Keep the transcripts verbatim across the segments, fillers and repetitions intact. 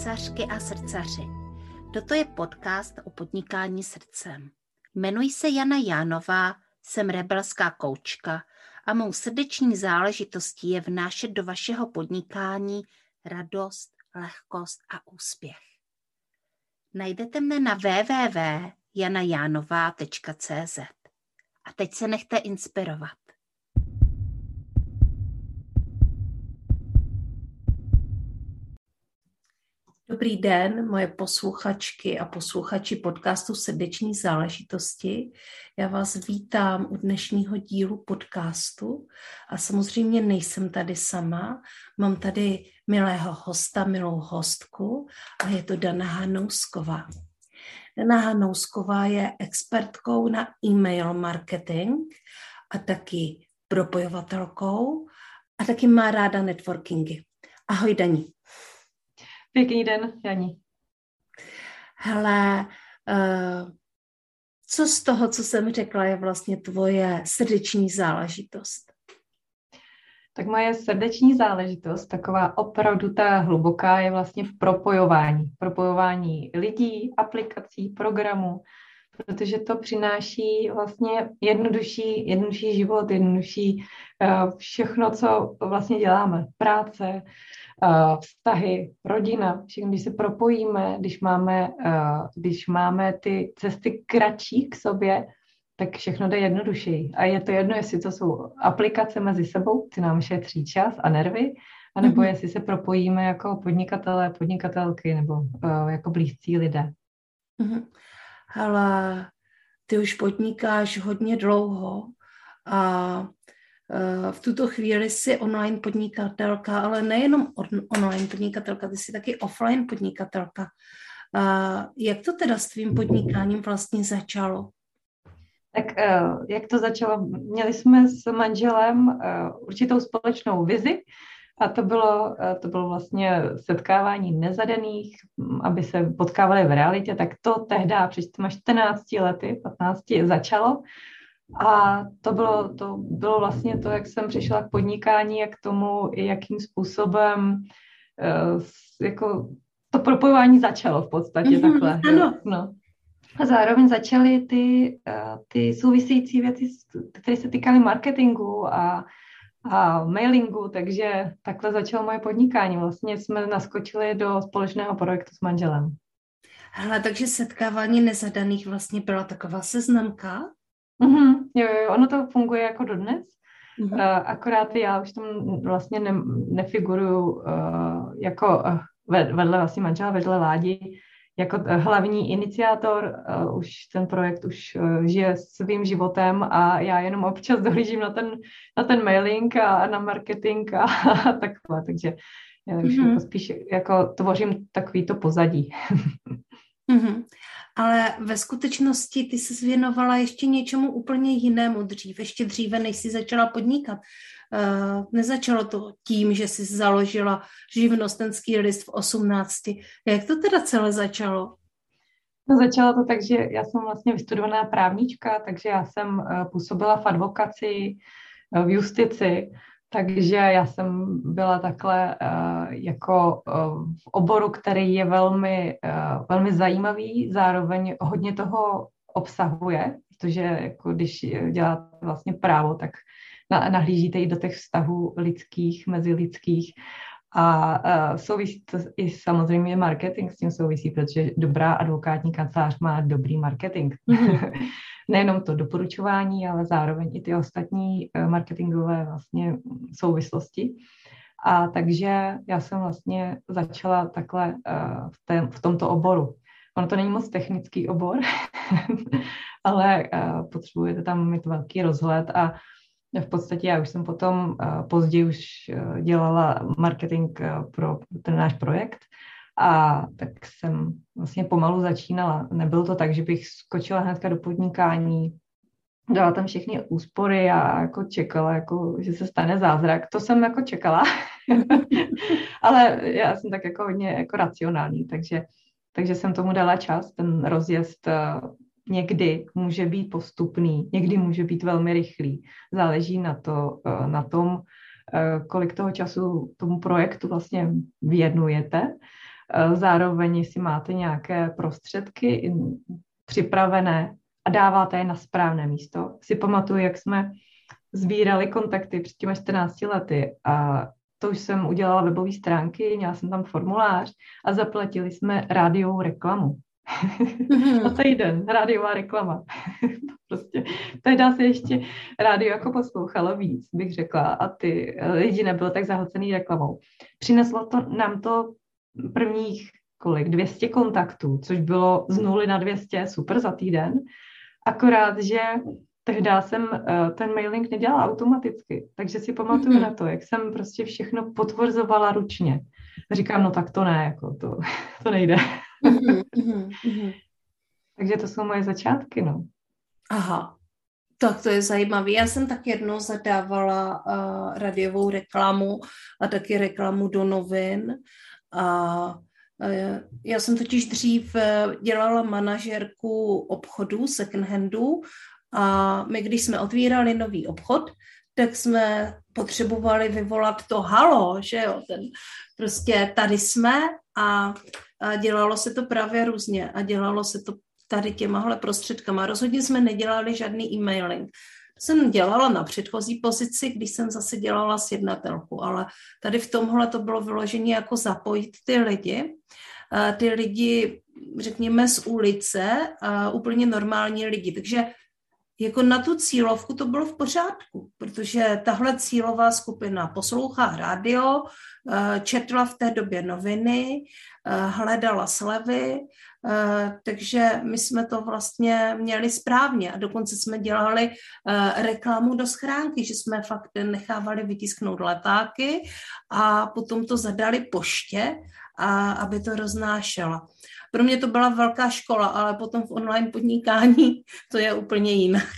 srdcařky a srdcaři. Toto je podcast o podnikání srdcem. Jmenuji se Jana Jánová, jsem rebelská koučka a mou srdeční záležitostí je vnášet do vašeho podnikání radost, lehkost a úspěch. Najdete mne na w w w tečka jana jánová tečka c z. A teď se nechte inspirovat. Dobrý den, moje posluchačky a posluchači podcastu Srdeční záležitosti. Já vás vítám u dnešního dílu podcastu a samozřejmě nejsem tady sama. Mám tady milého hosta, milou hostku a je to Dana Hanousková. Dana Hanousková je expertkou na e-mail marketing a taky propojovatelkou a taky má ráda networkingy. Ahoj, Dani. Pěkný den, Janí. Hele, uh, co z toho, co jsem řekla, je vlastně tvoje srdeční záležitost? Tak moje srdeční záležitost, taková opravdu ta hluboká, je vlastně v propojování. Propojování lidí, aplikací, programů, protože to přináší vlastně jednodušší, jednodušší život, jednodušší uh, všechno, co vlastně děláme. Práce, Uh, vztahy, rodina, všechno, když se propojíme, když máme, uh, když máme ty cesty kratší k sobě, tak všechno jde jednodušeji. A je to jedno, jestli to jsou aplikace mezi sebou, ty nám šetří čas a nervy, anebo mm-hmm. jestli se propojíme jako podnikatelé, podnikatelky nebo uh, jako blízcí lidé. Mm-hmm. Hele, ty už podnikáš hodně dlouho a v tuto chvíli jsi online podnikatelka, ale nejenom online podnikatelka, ty jsi taky offline podnikatelka. Jak to teda s tvým podnikáním vlastně začalo? Tak jak to začalo? Měli jsme s manželem určitou společnou vizi a to bylo, to bylo vlastně setkávání nezadaných, aby se potkávali v realitě, tak to tehdy před těma čtrnácti lety, patnácti začalo. A to bylo, to bylo vlastně to, jak jsem přišla k podnikání a k tomu, jakým způsobem jako to propojování začalo v podstatě mm-hmm, takhle. Ano. No. A zároveň začaly ty, ty související věci, které se týkaly marketingu a, a mailingu, takže takhle začalo moje podnikání. Vlastně jsme naskočili do společného projektu s manželem. Hele, takže setkávání nezadaných vlastně byla taková seznamka? Mm-hmm, jo, jo, ono to funguje jako dodnes, mm-hmm. uh, akorát já už tam vlastně ne, nefiguruju uh, jako uh, vedle vlastně manžela, vedle Ládi, jako uh, hlavní iniciátor, uh, už ten projekt už uh, žije svým životem a já jenom občas dohlížím na ten, na ten mailing a na marketing a, a takhle, takže já už mm-hmm. jako spíš jako tvořím takovýto pozadí. Mm-hmm. Ale ve skutečnosti ty se věnovala ještě něčemu úplně jinému dřív, ještě dříve, než jsi začala podnikat. Uh, nezačalo to tím, že jsi založila živnostenský list v osmnácti. Jak to teda celé začalo? No, začalo to tak, že já jsem vlastně vystudovaná právnička, takže já jsem uh, působila v advokaci, uh, v justici, takže já jsem byla takhle uh, jako uh, v oboru, který je velmi, uh, velmi zajímavý, zároveň hodně toho obsahuje, protože jako když děláte vlastně právo, tak na, nahlížíte i do těch vztahů lidských, mezilidských a uh, souvisí to i samozřejmě marketing s tím souvisí, protože dobrá advokátní kancelář má dobrý marketing. Mm-hmm. Nejenom to doporučování, ale zároveň i ty ostatní marketingové vlastně souvislosti. A takže já jsem vlastně začala takhle uh, v, tém, v tomto oboru. Ono to není moc technický obor, ale uh, potřebujete tam mít velký rozhled a v podstatě já už jsem potom uh, později už uh, dělala marketing uh, pro ten náš projekt. A tak jsem vlastně pomalu začínala. Nebylo to tak, že bych skočila hnedka do podnikání, dala tam všechny úspory a jako čekala, jako, že se stane zázrak. To jsem jako čekala, ale já jsem tak jako hodně jako racionální, takže, takže jsem tomu dala čas. Ten rozjezd někdy může být postupný, někdy může být velmi rychlý. Záleží na, to, na tom, kolik toho času tomu projektu vlastně věnujete. zároveň jestli máte nějaké prostředky připravené a dáváte je na správné místo. Si pamatuju, jak jsme sbírali kontakty před těmi čtrnácti lety a to už jsem udělala webové stránky, měla jsem tam formulář a zaplatili jsme rádiovou reklamu. Mm-hmm. A týden rádiová reklama. Prostě tehdy se ještě rádio jako poslouchalo víc, bych řekla, a ty lidi nebylo tak zahlcený reklamou. Přineslo to nám to prvních kolik, dvě stě kontaktů, což bylo z nuly na dvě stě, super za týden. Akorát, že tehdy jsem ten mailing nedělala automaticky, takže si pamatuju mm-hmm. na to, jak jsem prostě všechno potvrzovala ručně. Říkám, no tak to ne, jako to, to nejde. Mm-hmm, mm-hmm. Takže to jsou moje začátky, no. Aha, tak to je zajímavé. Já jsem tak jednou zadávala uh, radiovou reklamu a taky reklamu do novin. A uh, já jsem totiž dřív dělala manažerku obchodu, second handů, a my, když jsme otvírali nový obchod, tak jsme potřebovali vyvolat to halo, že jo, ten prostě tady jsme a, a dělalo se to právě různě a dělalo se to tady těmahle prostředkama. Rozhodně jsme nedělali žádný e-mailing. Jsem dělala na předchozí pozici, když jsem zase dělala sjednatelku, ale tady v tomhle to bylo vyloženě jako zapojit ty lidi, ty lidi, řekněme, z ulice, úplně normální lidi, takže jako na tu cílovku to bylo v pořádku, protože tahle cílová skupina poslouchá rádio, četla v té době noviny, hledala slevy, takže my jsme to vlastně měli správně a dokonce jsme dělali reklamu do schránky, že jsme fakt nechávali vytisknout letáky a potom to zadali poště, a aby to roznášela. Pro mě to byla velká škola, ale potom v online podnikání to je úplně jinak.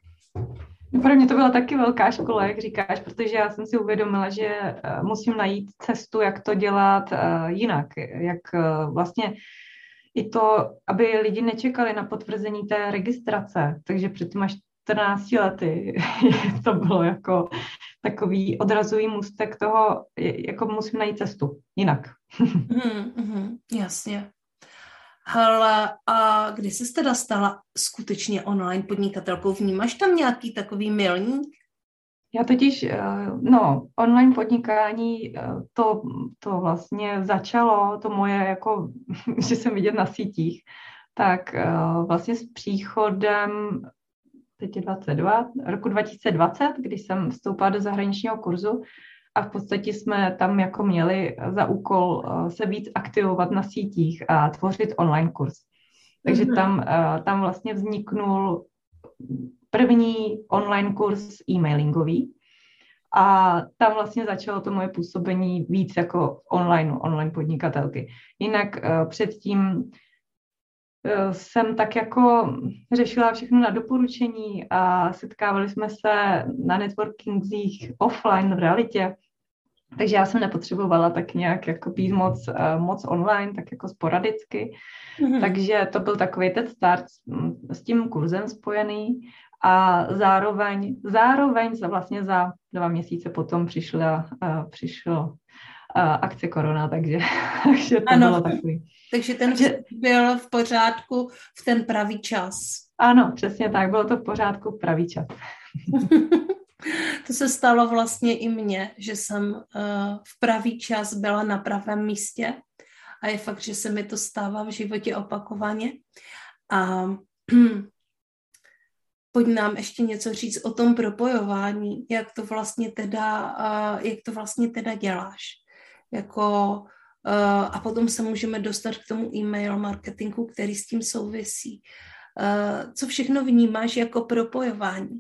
Pro mě to byla taky velká škola, jak říkáš, protože já jsem si uvědomila, že musím najít cestu, jak to dělat jinak, jak vlastně i to, aby lidi nečekali na potvrzení té registrace, takže před těma čtrnácti lety to bylo jako takový odrazový můstek toho, jako musím najít cestu jinak. Mm, mm, jasně. Hele, a kdy jsi teda stala skutečně online podnikatelkou? Vnímáš tam nějaký takový milník? Já totiž, no, online podnikání, to, to vlastně začalo, to moje, jako, že jsem vidět na sítích, tak vlastně s příchodem, teď je dvacet dva, roku dva tisíce dvacet, když jsem vstoupila do zahraničního kurzu, a v podstatě jsme tam jako měli za úkol se víc aktivovat na sítích a tvořit online kurz. Takže mm-hmm. tam, tam vlastně vzniknul první online kurz e-mailingový a tam vlastně začalo to moje působení víc jako online, online podnikatelky. Jinak předtím jsem tak jako řešila všechno na doporučení a setkávali jsme se na networkingzích offline v realitě, takže já jsem nepotřebovala tak nějak jako být moc, moc online, tak jako sporadicky. Mm-hmm. Takže to byl takový ten start s, s tím kurzem spojený a zároveň, zároveň za vlastně za dva měsíce potom přišla, přišla akce korona, takže, takže to ano, bylo takový. Takže ten takže, byl v pořádku v ten pravý čas. Ano, přesně tak, bylo to v pořádku v pravý čas. To se stalo vlastně i mně, že jsem uh, v pravý čas byla na pravém místě a je fakt, že se mi to stává v životě opakovaně. A pojď nám ještě něco říct o tom propojování, jak to vlastně teda, uh, jak to vlastně teda děláš. Jako, uh, a potom se můžeme dostat k tomu e-mail marketingu, který s tím souvisí. Uh, co všechno vnímáš jako propojování?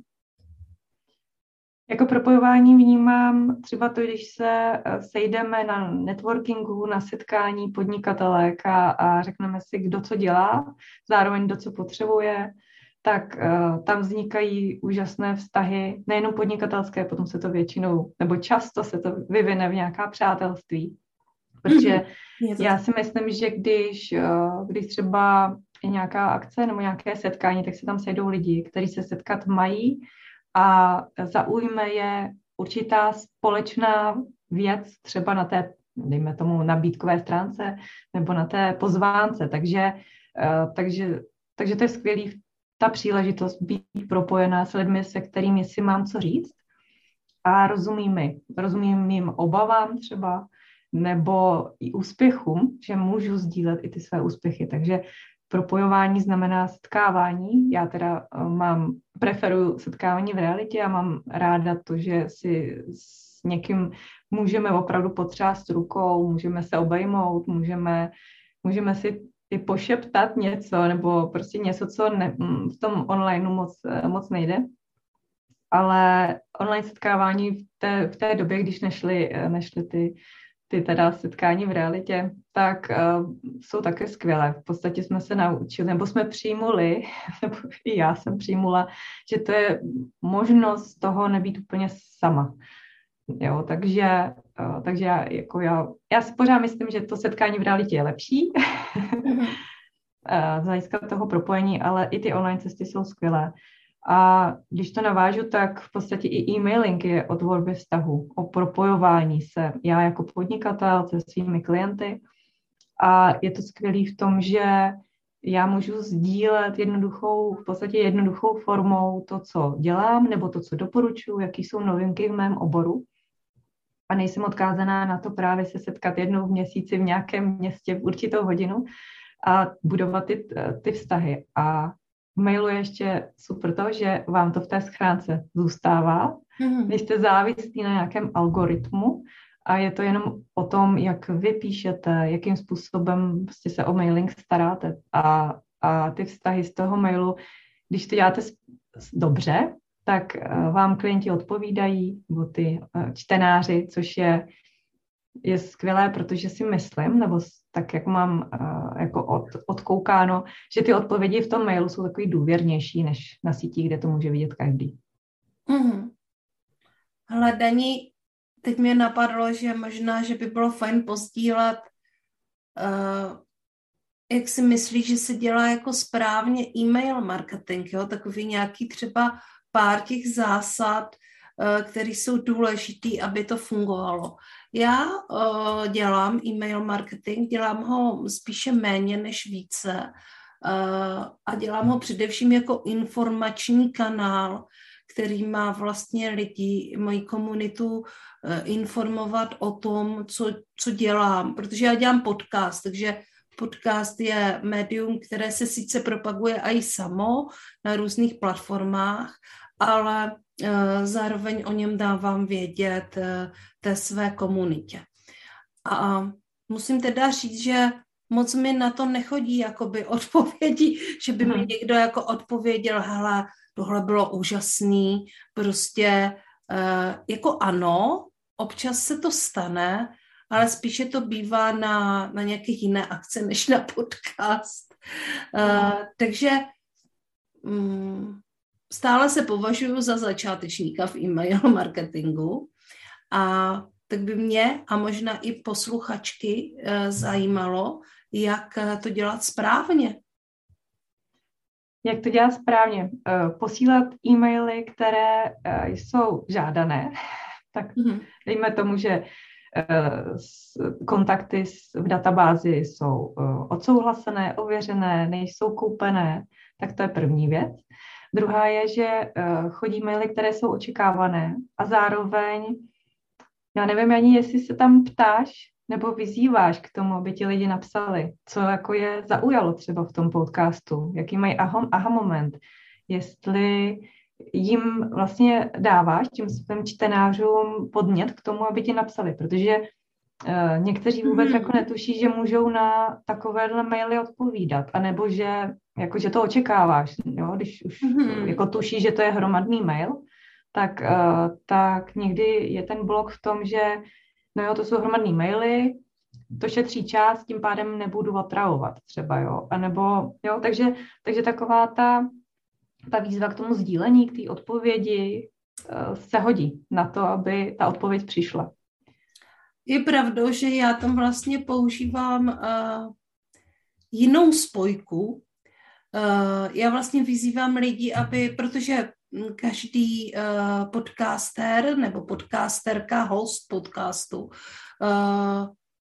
Jako propojování vnímám třeba to, když se sejdeme na networkingu, na setkání podnikatelek a, a řekneme si, kdo co dělá, zároveň kdo co potřebuje, tak uh, tam vznikají úžasné vztahy, nejenom podnikatelské, potom se to většinou, nebo často se to vyvine v nějaká přátelství. Protože mm-hmm. já si myslím, že když, uh, když třeba je nějaká akce nebo nějaké setkání, tak se tam sejdou lidi, kteří se setkat mají, a zaujme je určitá společná věc třeba na té dejme tomu, nabídkové stránce nebo na té pozvánce. Takže, takže, takže to je skvělý, ta příležitost být propojená s lidmi, se kterými si mám co říct a rozumím mi. Rozumím mým obavám třeba, nebo i úspěchům, že můžu sdílet i ty své úspěchy. Takže propojování znamená setkávání. Já teda mám, preferuju setkávání v realitě a mám ráda to, že si s někým můžeme opravdu potřást rukou, můžeme se obejmout, můžeme, můžeme si i pošeptat něco, nebo prostě něco, co ne, v tom online moc, moc nejde. Ale online setkávání v té, v té době, když nešly, nešly ty, ty teda setkání v realitě, tak uh, jsou také skvělé. V podstatě jsme se naučili, nebo jsme přijmuli, nebo i já jsem přijmula, že to je možnost toho nebýt úplně sama. Jo, takže, uh, takže já, jako já, já si pořád myslím, že to setkání v realitě je lepší mm-hmm. z hlediska toho propojení, ale i ty online cesty jsou skvělé. A když to navážu, tak v podstatě i e-mailing je o tvorbě vztahu, o propojování se. Já jako podnikatel se svými klienty a je to skvělý v tom, že já můžu sdílet jednoduchou, v podstatě jednoduchou formou to, co dělám, nebo to, co doporučuji, jaký jsou novinky v mém oboru. A nejsem odkázaná na to právě se setkat jednou v měsíci v nějakém městě v určitou hodinu a budovat ty, ty vztahy. A v mailu je ještě super to, že vám to v té schránce zůstává. Mm-hmm. Nejste závislí na nějakém algoritmu a je to jenom o tom, jak vy píšete, jakým způsobem prostě se o mailing staráte. A, a ty vztahy z toho mailu, když to děláte dobře, tak vám klienti odpovídají, nebo ty čtenáři, což je, je skvělé, protože si myslím, nebo tak jak mám uh, jako od, odkoukáno, že ty odpovědi v tom mailu jsou takový důvěrnější než na sítích, kde to může vidět každý. Mm-hmm. Hele, Dani, teď mě napadlo, že možná, že by bylo fajn posdílet, uh, jak si myslíš, že se dělá jako správně e-mail marketing, jo? Takový nějaký třeba pár těch zásad, které jsou důležité, aby to fungovalo. Já uh, dělám e-mail marketing, dělám ho spíše méně než více uh, a dělám ho především jako informační kanál, který má vlastně lidi, moji komunitu uh, informovat o tom, co, co dělám, protože já dělám podcast, takže podcast je médium, které se sice propaguje i samo na různých platformách, ale zároveň o něm dávám vědět té své komunitě. A musím teda říct, že moc mi na to nechodí jakoby odpovědi, že by mi někdo jako odpověděl, hele, tohle bylo úžasný, prostě jako ano, občas se to stane, ale spíše to bývá na, na nějaké jiné akce, než na podcast. Uh, takže um, stále se považuji za začátečníka v e-mail marketingu a tak by mě a možná i posluchačky uh, zajímalo, jak to dělat správně. Jak to dělat správně? Uh, posílat e-maily, které uh, jsou žádané, tak mm-hmm. dejme tomu, že kontakty v databázi jsou odsouhlasené, ověřené, nejsou koupené, tak to je první věc. Druhá je, že chodí maily, které jsou očekávané a zároveň, já nevím ani, jestli se tam ptáš nebo vyzýváš k tomu, aby ti lidi napsali, co jako je zaujalo třeba v tom podcastu, jaký mají aha, aha moment, jestli jim vlastně dáváš těm svým čtenářům podnět k tomu, aby ti napsali, protože uh, někteří vůbec mm. jako netuší, že můžou na takovéhle maily odpovídat, anebo že, jako, že to očekáváš, jo? Když už mm. jako tuší, že to je hromadný mail, tak, uh, tak někdy je ten blok v tom, že no jo, to jsou hromadný maily, to šetří čas, tím pádem nebudu otravovat třeba, jo, a nebo, jo, takže, takže taková ta ta výzva k tomu sdílení, k té odpovědi se hodí na to, aby ta odpověď přišla. Je pravdou, že já tam vlastně používám uh, jinou spojku. Uh, já vlastně vyzývám lidi, aby, protože každý uh, podcaster nebo podcasterka, host podcastu, uh,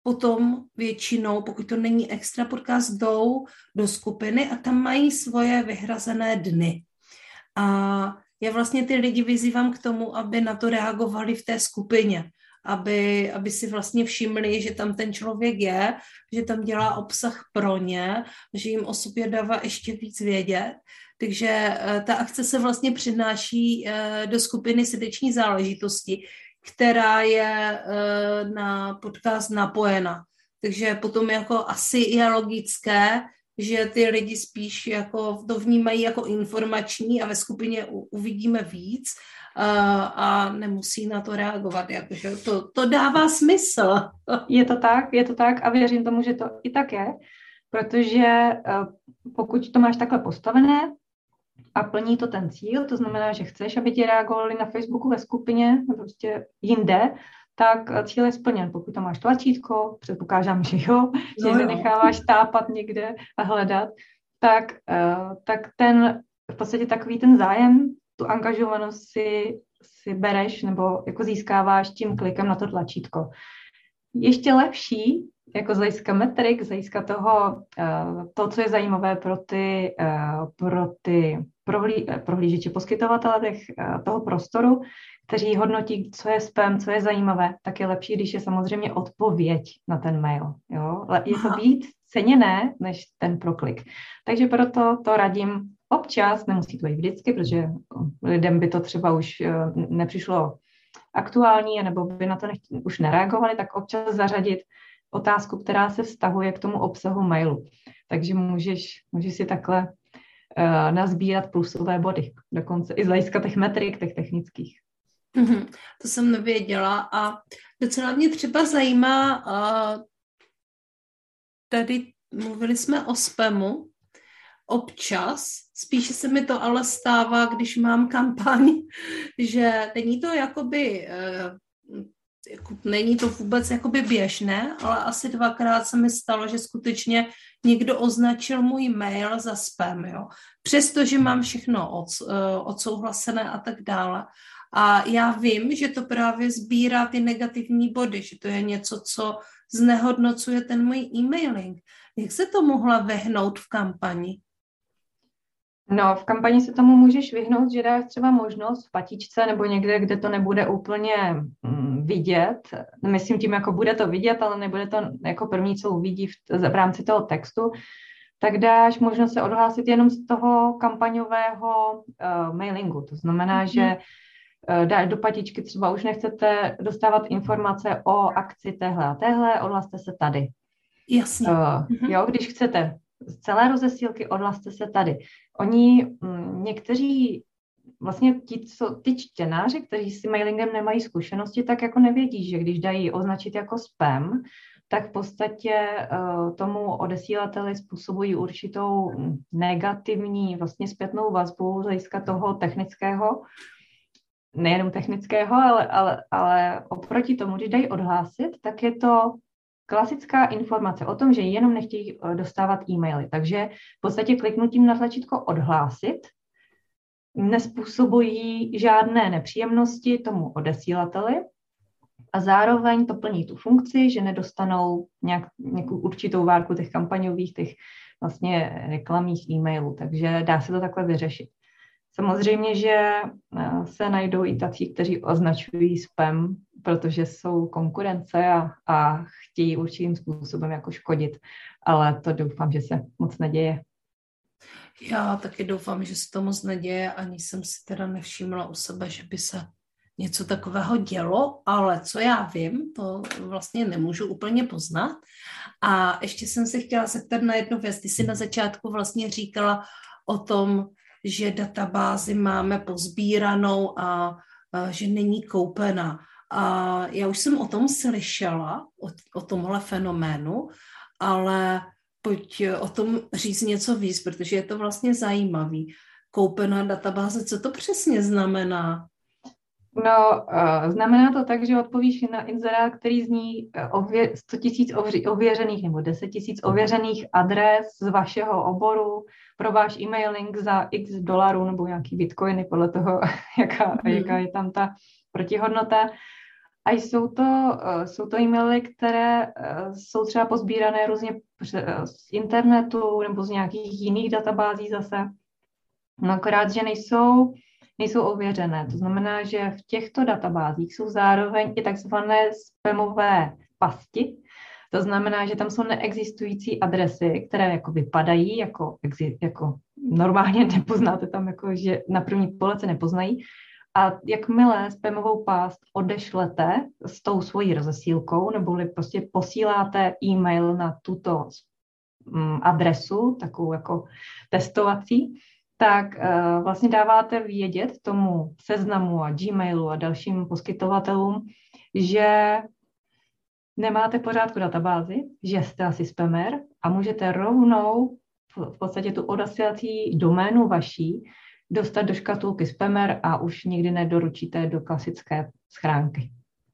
potom většinou, pokud to není extra podcast, jdou do skupiny a tam mají svoje vyhrazené dny. A já vlastně ty lidi vyzývám k tomu, aby na to reagovali v té skupině, aby, aby si vlastně všimli, že tam ten člověk je, že tam dělá obsah pro ně, že jim o sobě dává ještě víc vědět. Takže ta akce se vlastně přináší do skupiny srdeční záležitosti, která je na podcast napojena. Takže potom jako asi je logické, že ty lidi spíš jako to vnímají jako informační a ve skupině uvidíme víc a, a nemusí na to reagovat. Jakože to, to dává smysl. Je to tak, je to tak a věřím tomu, že to i tak je, protože pokud to máš takhle postavené a plní to ten cíl, to znamená, že chceš, aby ti reagovali na Facebooku ve skupině, prostě jinde, tak cíl je splněn. Pokud tam máš tlačítko, předpokládám, že jo, že no nenecháváš tápat někde a hledat, tak, tak ten v podstatě takový ten zájem, tu angažovanost si, si bereš nebo jako získáváš tím klikem na to tlačítko. Ještě lepší, jako z hlediska metrik, z hlediska toho, to, co je zajímavé pro ty, pro ty prohlí, prohlížeče, poskytovatele těch, toho prostoru, kteří hodnotí, co je spam, co je zajímavé, tak je lepší, když je samozřejmě odpověď na ten mail. Jo? Je to víc ceněné, než ten proklik. Takže proto to radím občas, nemusí to být vždycky, protože lidem by to třeba už nepřišlo aktuální, nebo by na to nechtěli, už nereagovali, tak občas zařadit otázku, která se vztahuje k tomu obsahu mailu. Takže můžeš, můžeš si takhle uh, nazbírat plusové body, dokonce i z hlediska těch metrik, těch technických. Mm-hmm. To jsem nevěděla a docela mě třeba zajímá, uh, tady mluvili jsme o spamu, občas, spíše se mi to ale stává, když mám kampaň, že není to jakoby, jako, není to vůbec jakoby běžné, ale asi dvakrát se mi stalo, že skutečně někdo označil můj mail za spam, jo. Přestože mám všechno od, odsouhlasené a tak dále. A já vím, že to právě sbírá ty negativní body, že to je něco, co znehodnocuje ten můj e-mailing. Jak se to mohla vyhnout v kampani? No, v kampani se tomu můžeš vyhnout, že dáš třeba možnost v patičce nebo někde, kde to nebude úplně mm, vidět. Myslím tím, jako bude to vidět, ale nebude to jako první, co uvidí v, v rámci toho textu. Tak dáš možnost se odhlásit jenom z toho kampaňového uh, mailingu. To znamená, mm-hmm. že uh, dáš do patičky, třeba už nechcete dostávat informace o akci téhle a téhle, odhlaste se tady. Jasně. Uh, mm-hmm. Jo, když chcete z celé rozesílky, odhlaste se tady. Oni, m, někteří, vlastně ti, co, ty čtenáři, kteří s mailingem nemají zkušenosti, tak jako nevědí, že když dají označit jako spam, tak v podstatě uh, tomu odesílateli způsobují určitou negativní vlastně zpětnou vazbu z hlediska toho technického, nejenom technického, ale, ale, ale oproti tomu, když dají odhlásit, tak je to klasická informace o tom, že jenom nechtějí dostávat e-maily. Takže v podstatě kliknutím na tlačítko odhlásit nespůsobují žádné nepříjemnosti tomu odesílateli a zároveň to plní tu funkci, že nedostanou nějak, nějakou určitou várku těch kampaňových, těch vlastně reklamních e-mailů. Takže dá se to takhle vyřešit. Samozřejmě, že se najdou i tací, kteří označují spam, protože jsou konkurence a, a chtějí určitým způsobem jako škodit, ale to doufám, že se moc neděje. Já taky doufám, že se to moc neděje, ani jsem si teda nevšimla u sebe, že by se něco takového dělo, ale co já vím, to vlastně nemůžu úplně poznat. A ještě jsem se chtěla zeptat na jednu věc. Ty jsi na začátku vlastně říkala o tom, že databázi máme pozbíranou a, a že není koupená. A já už jsem o tom slyšela, o, o tomhle fenoménu, ale pojď o tom říct něco víc, protože je to vlastně zajímavý. Koupená databáze, co to přesně znamená? No, uh, znamená to tak, že odpovíš na inzerát, který zní ově- sto tisíc ověřených nebo deset tisíc ověřených adres z vašeho oboru pro váš e-mailing za x dolarů nebo nějaký bitcoiny podle toho, jaká, hmm. jaká je tam ta protihodnota. A jsou to, uh, jsou to e-maily, které uh, jsou třeba pozbírané různě z internetu nebo z nějakých jiných databází zase. No akorát, že nejsou, nejsou ověřené. To znamená, že v těchto databázích jsou zároveň i takzvané spamové pasti. To znamená, že tam jsou neexistující adresy, které jako vypadají, jako, jako normálně nepoznáte tam, jako, že na první pohled se nepoznají. A jakmile spamovou past odešlete s tou svojí rozesílkou, neboli prostě posíláte e-mail na tuto um, adresu, takovou jako testovací, tak uh, vlastně dáváte vědět tomu Seznamu a Gmailu a dalším poskytovatelům, že nemáte v pořádku databázi, že jste asi spamer a můžete rovnou v podstatě tu odesílací doménu vaší dostat do škatulky spamer a už nikdy nedoručíte do klasické schránky.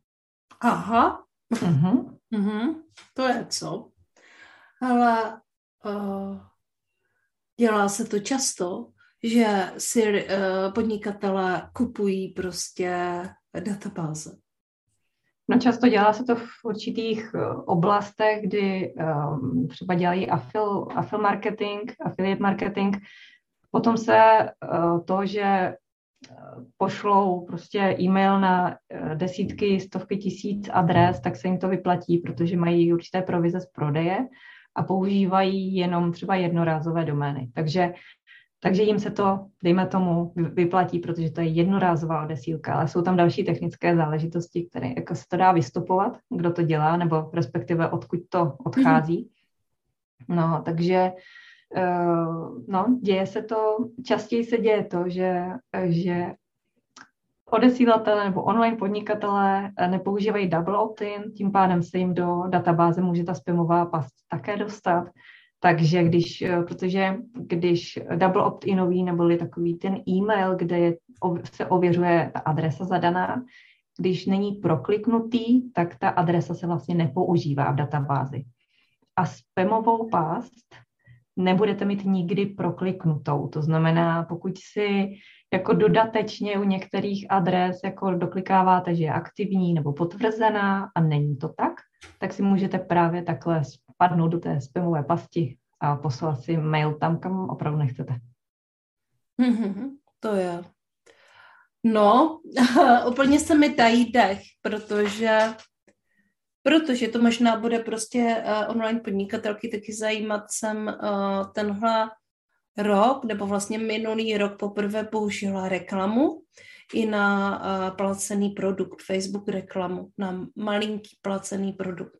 Aha. Uh-huh. Uh-huh. To je co? Ale uh, dělá se to často, že si uh, podnikatelé kupují prostě databáze. No často dělá se to v určitých oblastech, kdy um, třeba dělají affil, affil marketing, affiliate marketing. Potom se uh, to, že pošlou prostě e-mail na desítky, stovky tisíc adres, tak se jim to vyplatí, protože mají určité provize z prodeje a používají jenom třeba jednorázové domény. Takže Takže jim se to, dejme tomu, vyplatí, protože to je jednorázová odesílka, ale jsou tam další technické záležitosti, které jako se to dá vystupovat, kdo to dělá, nebo respektive odkud to odchází. No, takže no, děje se to, častěji se děje to, že, že odesílatelé nebo online podnikatelé nepoužívají double opt-in, tím pádem se jim do databáze může ta spamová past také dostat. Takže když, protože když double opt-inový neboli takový ten e-mail, kde je, se ověřuje ta adresa zadaná, když není prokliknutý, tak ta adresa se vlastně nepoužívá v databázi. A spamovou past nebudete mít nikdy prokliknutou. To znamená, pokud si jako dodatečně u některých adres jako doklikáváte, že je aktivní nebo potvrzená a není to tak, tak si můžete právě takhle spadnout do té spamové pasti a poslat si mail tam, kam opravdu nechcete. Mm-hmm, to je. No, úplně se mi tají dech, protože protože to možná bude prostě uh, online podnikatelky taky zajímat. Jsem uh, tenhle rok, nebo vlastně minulý rok poprvé použila reklamu i na uh, placený produkt, Facebook reklamu, na malinký placený produkt.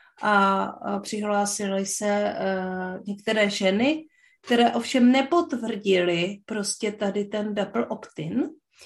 A uh, přihlásily se uh, některé ženy, které ovšem nepotvrdily prostě tady ten double opt-in.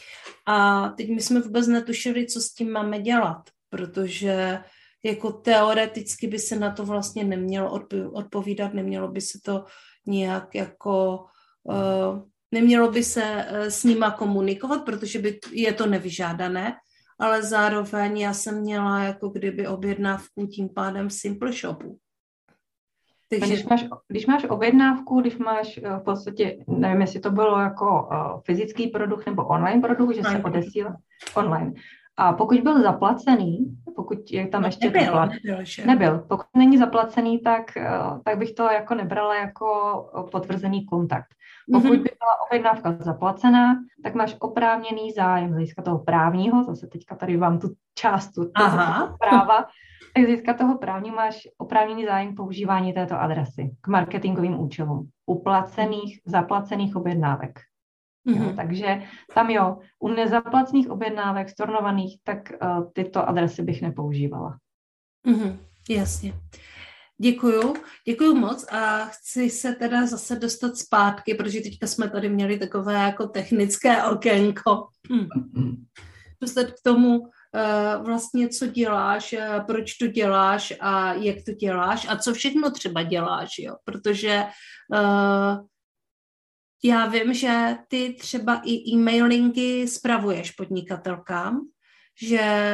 A teď my jsme vůbec netušili, co s tím máme dělat, protože jako teoreticky by se na to vlastně nemělo odpovídat, nemělo by se to nějak jako, uh, nemělo by se uh, s nima komunikovat, protože by je to nevyžádané, ale zároveň já jsem měla jako kdyby objednávku tím pádem v Simple Shopu. Takže... Když, máš, když máš objednávku, když máš v podstatě, nevím, jestli to bylo jako uh, fyzický produkt nebo online produkt, že se odesílá online. A pokud byl zaplacený, pokud je tam no, ještě nebyl, plat... nebyl, nebyl. Pokud není zaplacený, tak, tak bych to jako nebrala jako potvrzený kontakt. Pokud mm-hmm. by byla objednávka zaplacená, tak máš oprávněný zájem z hlediska toho právního, zase teďka tady vám tu část tu práva, tak z hlediska toho právního máš oprávněný zájem používání této adresy k marketingovým účelům u placených, zaplacených objednávek. Mm-hmm. Jo, takže tam jo, u nezaplacených objednávek, stornovaných, tak uh, tyto adresy bych nepoužívala. Mm-hmm, jasně. Děkuju, děkuju moc a chci se teda zase dostat zpátky, protože teďka jsme tady měli takové jako technické okénko. Hm. Dostat k tomu uh, vlastně, co děláš, uh, proč to děláš a jak to děláš a co všechno třeba děláš, jo, protože uh, já vím, že ty třeba i e-mailingy spravuješ podnikatelkám, že,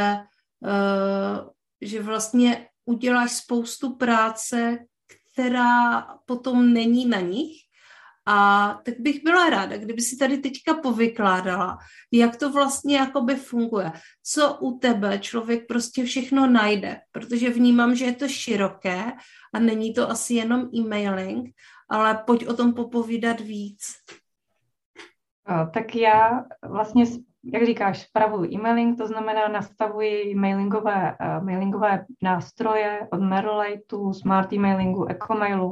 uh, že vlastně uděláš spoustu práce, která potom není na nich A tak bych byla ráda, kdyby si tady teďka povykládala, jak to vlastně jakoby funguje. Co u tebe člověk prostě všechno najde, protože vnímám, že je to široké a není to asi jenom e-mailing, ale pojď o tom popovídat víc. Tak já vlastně, jak říkáš, spravuji e-mailing, to znamená nastavuji mailingové, uh, mailingové nástroje od Mailrite, Smart e-mailingu, Ecomailu,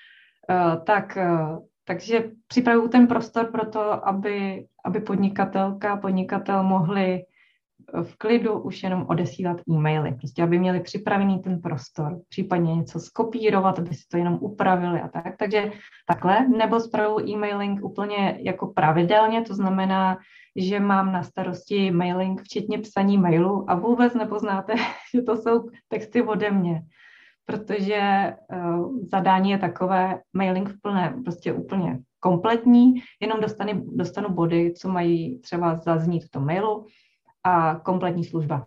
uh, tak, uh, takže připravuju ten prostor pro to, aby, aby podnikatelka, podnikatel mohli v klidu už jenom odesílat e-maily, prostě aby měli připravený ten prostor, případně něco skopírovat, aby si to jenom upravili a tak, takže takhle, nebo spravuju e-mailing úplně jako pravidelně, to znamená, že mám na starosti mailing, včetně psaní mailu a vůbec nepoznáte, že to jsou texty ode mě, protože uh, zadání je takové, mailing v plné, prostě úplně kompletní, jenom dostanu, dostanu body, co mají třeba zaznít v tom mailu, a kompletní služba.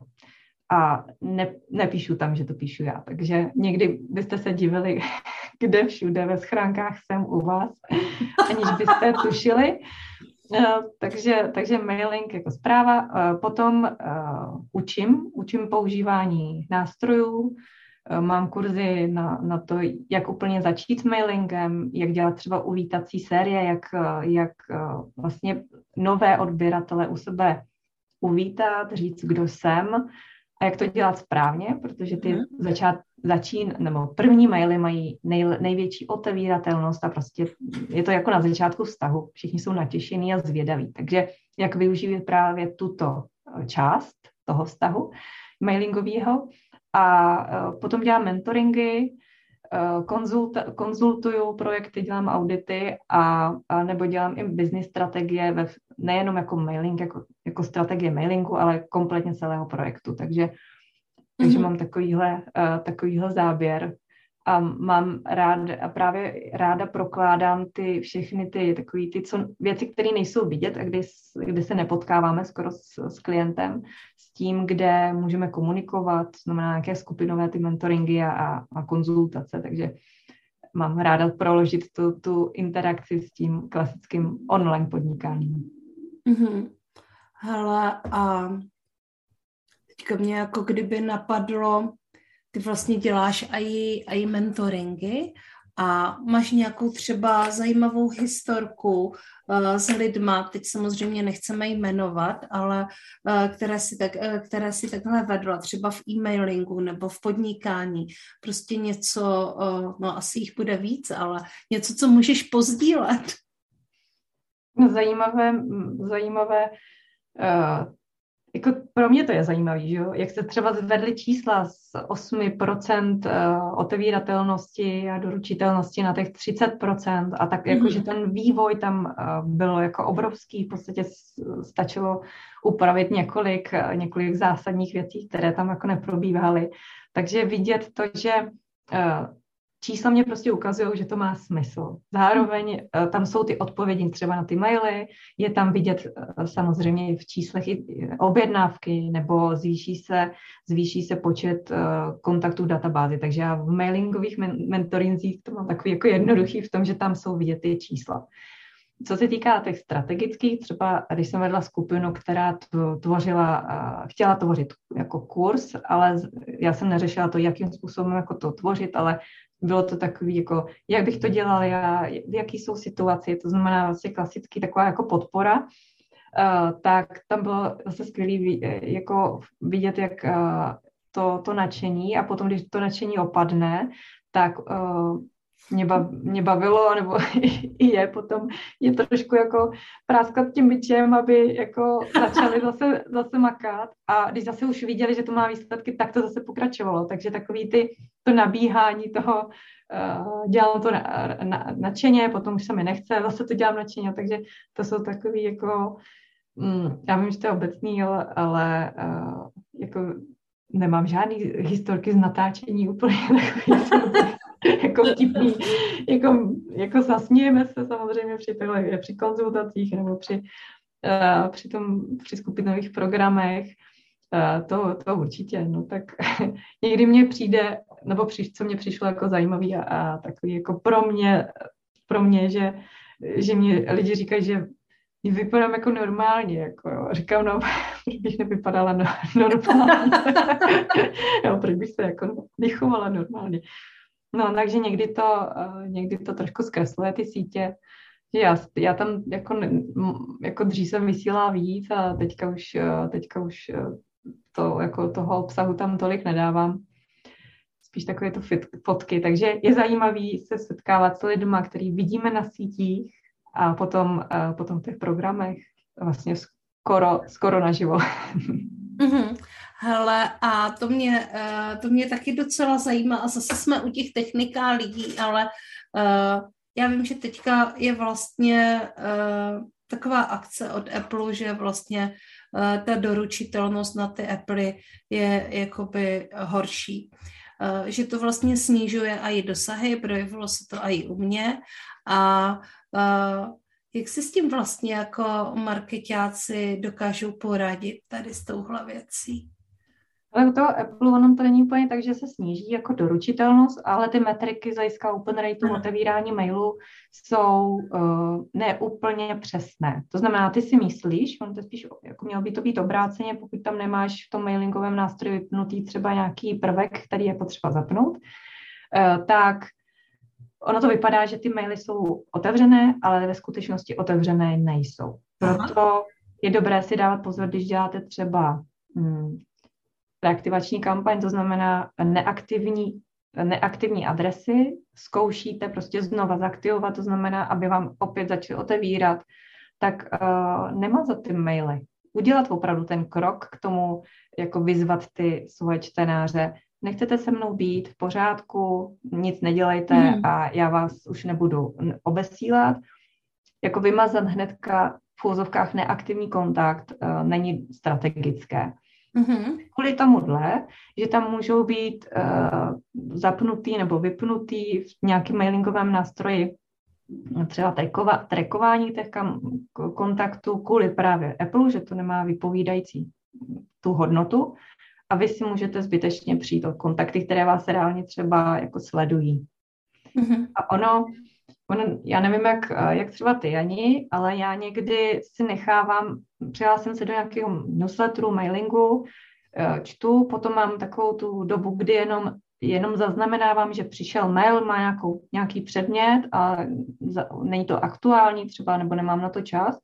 A ne, nepíšu tam, že to píšu já. Takže někdy byste se divili, kde všude ve schránkách jsem u vás, aniž byste tušili. Uh, takže, takže mailing jako zpráva. Uh, potom uh, učím, učím používání nástrojů. Uh, mám kurzy na, na to, jak úplně začít s mailingem, jak dělat třeba uvítací série, jak, jak uh, vlastně nové odběratele u sebe uvítat, říct, kdo jsem a jak to dělat správně, protože ty začát, začín, nebo první maily mají nej, největší otevíratelnost a prostě je to jako na začátku vztahu. Všichni jsou natěšení a zvědaví. Takže jak využít právě tuto část toho vztahu mailingového. A potom dělám mentoringy, konzult, konzultuju projekty, dělám audity a, a nebo dělám i business strategie, ve, nejenom jako mailing, jako, jako strategie mailingu, ale kompletně celého projektu. Takže, mm-hmm. takže mám takovýhle, uh, takovýhle záběr a mám rád, a právě ráda prokládám ty všechny ty takové ty co, věci, které nejsou vidět a kdy, kdy se nepotkáváme skoro s, s klientem, s tím, kde můžeme komunikovat, znamená nějaké skupinové ty mentoringy a, a konzultace, takže mám ráda proložit tu, tu interakci s tím klasickým online podnikáním. Mm-hmm. Hele, a teďka mě jako kdyby napadlo, ty vlastně děláš i, i mentoringy a máš nějakou třeba zajímavou historku uh, s lidma, teď samozřejmě nechceme jmenovat, ale uh, které, si tak, uh, které si takhle vedla, třeba v e-mailingu nebo v podnikání, prostě něco, uh, no asi jich bude víc, ale něco, co můžeš pozdílet. No, zajímavé, zajímavé uh... Jako pro mě to je zajímavý, že jo? Jak se třeba zvedly čísla z osm procent otevíratelnosti a doručitelnosti na těch třicet procent a tak jako, mm. že ten vývoj tam byl jako obrovský, v podstatě stačilo upravit několik, několik zásadních věcí, které tam jako neprobíhaly. Takže vidět to, že čísla mě prostě ukazují, že to má smysl. Zároveň tam jsou ty odpovědi třeba na ty maily, je tam vidět samozřejmě v číslech i objednávky, nebo zvýší se, zvýší se počet kontaktů v databázi. Takže já v mailingových mentorinzích to mám takový jako jednoduchý v tom, že tam jsou vidět ty čísla. Co se týká těch strategických, třeba když jsem vedla skupinu, která tvořila, chtěla tvořit jako kurz, ale já jsem neřešila to, jakým způsobem jako to tvořit, ale bylo to takový, jako, jak bych to dělala já, v jaký jsou situaci, to znamená vlastně klasický taková jako podpora, uh, tak tam bylo zase skvělý jako vidět, jak uh, to, to nadšení a potom, když to nadšení opadne, tak uh, mě, bav, mě bavilo, nebo i je potom, je trošku jako práskat tím bičem, aby jako začali zase, zase makat a když zase už viděli, že to má výsledky, tak to zase pokračovalo. Takže takový ty, to nabíhání toho, uh, dělám to na, na, nadšeně, potom už se mi nechce, zase to dělám nadšeně, takže to jsou takový jako, mm, já vím, že to je obecný, ale, ale uh, jako nemám žádný historky z natáčení úplně takový, jako vtipný, jako, jako zasmějeme se samozřejmě při, tohle, při konzultacích nebo při, uh, při, tom, při skupinových programech, uh, to, to určitě, no tak někdy mně přijde, nebo při, co mě přišlo jako zajímavý a, a takový jako pro mě, pro mě, že že mě lidi říkají, že vypadám jako normálně, jako jo. Říkám, no, proč bych nevypadala no, normálně. Jo, proč bych se jako nechovala normálně. No, takže někdy to, někdy to trošku zkresluje ty sítě. Já, já tam jako, jako dřív jsem vysílala víc a teďka už, teďka už to, jako toho obsahu tam tolik nedávám. Spíš takové to fotky. Takže je zajímavý se setkávat s lidma, který vidíme na sítích, a potom, a potom v těch programech vlastně skoro, skoro naživo. Mm-hmm. Hele, a to mě, to mě taky docela zajímá a zase jsme u těch techniká lidí, ale uh, já vím, že teďka je vlastně uh, taková akce od Apple, že vlastně uh, ta doručitelnost na ty Apply je jakoby horší. Uh, že to vlastně snižuje i dosahy, projevilo se to i u mě a Uh, jak si s tím vlastně jako marketáci dokážou poradit tady s touhle věcí? Ale u toho Apple ono to není úplně tak, že se sníží jako doručitelnost, ale ty metriky z hlediska open rateu otevírání mailu jsou uh, neúplně přesné. To znamená, ty si myslíš, on to spíš jako mělo by to být obráceně, pokud tam nemáš v tom mailingovém nástroji vypnutý třeba nějaký prvek, který je potřeba zapnout, uh, tak ono to vypadá, že ty maily jsou otevřené, ale ve skutečnosti otevřené nejsou. Proto Aha. je dobré si dávat pozor, když děláte třeba hmm, reaktivační kampaň, to znamená neaktivní, neaktivní adresy, zkoušíte prostě znova zaktivovat, to znamená, aby vám opět začaly otevírat, tak uh, nemazat ty maily. Udělat opravdu ten krok k tomu, jako vyzvat ty svoje čtenáře. Nechcete se mnou být v pořádku, nic nedělejte mm. a já vás už nebudu obesílat. Jako vymazat hnedka v úzovkách neaktivní kontakt uh, není strategické. Mm-hmm. Kvůli tomuhle, že tam můžou být uh, zapnutý nebo vypnutý v nějakém mailingovém nástroji třeba trekova, trekování těch kam, kontaktů kvůli právě Apple, že to nemá vypovídající tu hodnotu a vy si můžete zbytečně přijít o kontakty, které vás reálně třeba jako sledují. Mm-hmm. A ono, ono, já nevím, jak, jak třeba ty, Jani, ale já někdy si nechávám, přihlásím se do nějakého newsletteru, mailingu, čtu, potom mám takovou tu dobu, kdy jenom, jenom zaznamenávám, že přišel mail, má nějakou, nějaký předmět a za, není to aktuální třeba, nebo nemám na to čas,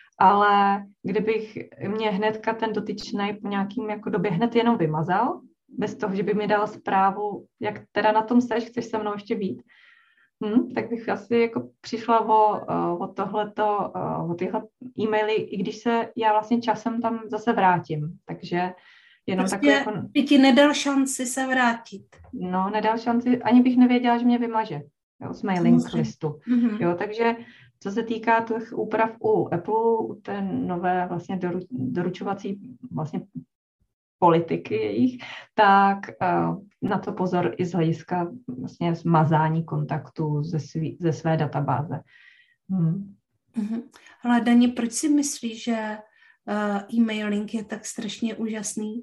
ale kdybych mě hnedka ten dotyčný po nějakým jako době hned jenom vymazal, bez toho, že by mi dal zprávu, jak teda na tom seš, chceš se mnou ještě být, Hmm, tak bych asi jako přišla o, o tohleto, o tyhle e-maily, i když se já vlastně časem tam zase vrátím, takže jenom prostě takové jako... by ti nedal šanci se vrátit. No, nedal šanci, ani bych nevěděla, že mě vymaže, jo, z mailing mm-hmm. listu, mm-hmm. jo, takže co se týká těch úprav u Apple, u té nové vlastně doru, doručovací vlastně politiky jejich, tak uh, na to pozor i z hlediska vlastně zmazání kontaktů ze, svý, ze své databáze. Hmm. Mm-hmm. Ale Daně, proč si myslíš, že uh, e-mailing je tak strašně úžasný?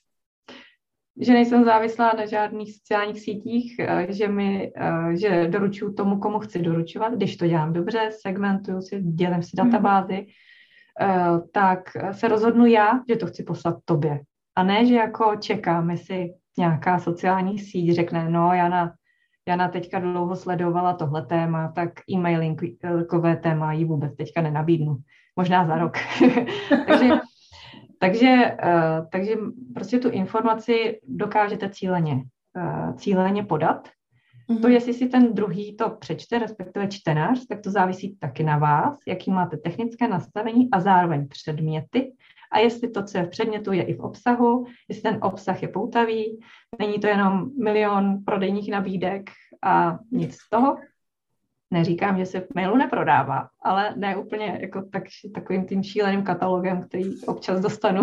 Že nejsem závislá na žádných sociálních sítích, uh, že, mi, uh, že doručuju tomu, komu chci doručovat, když to dělám dobře, segmentuju si, dělím si databázy, mm-hmm. uh, tak se rozhodnu já, že to chci poslat tobě. A ne, že jako čekám, jestli nějaká sociální síť řekne, no Jana, Jana teďka dlouho sledovala tohle téma, tak e-mailingové téma jí vůbec teďka nenabídnu. Možná za rok. takže, takže, uh, takže prostě tu informaci dokážete cíleně, uh, cíleně podat. Mm-hmm. To, jestli si ten druhý to přečte, respektive čtenář, tak to závisí taky na vás, jaký máte technické nastavení a zároveň předměty. A jestli to, co je v předmětu, je i v obsahu, jestli ten obsah je poutavý, není to jenom milion prodejních nabídek a nic z toho. Neříkám, že se v mailu neprodává, ale ne úplně jako tak, takovým tím šíleným katalogem, který občas dostanu.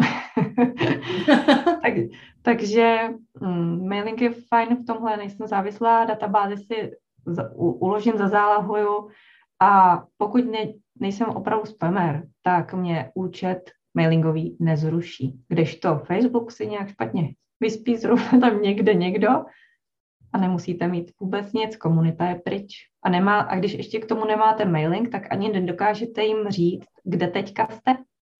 tak, takže mm, mailing je fajn v tomhle, nejsem závislá, databázi si za, u, uložím, zazálahuju a pokud ne, nejsem opravdu spamer, tak mě účet mailingový nezruší. Kdežto Facebook si nějak špatně vyspí zrovna tam někde někdo a nemusíte mít vůbec nic, komunita je pryč. A, nemá, a když ještě k tomu nemáte mailing, tak ani nedokážete jim říct, kde teďka jste.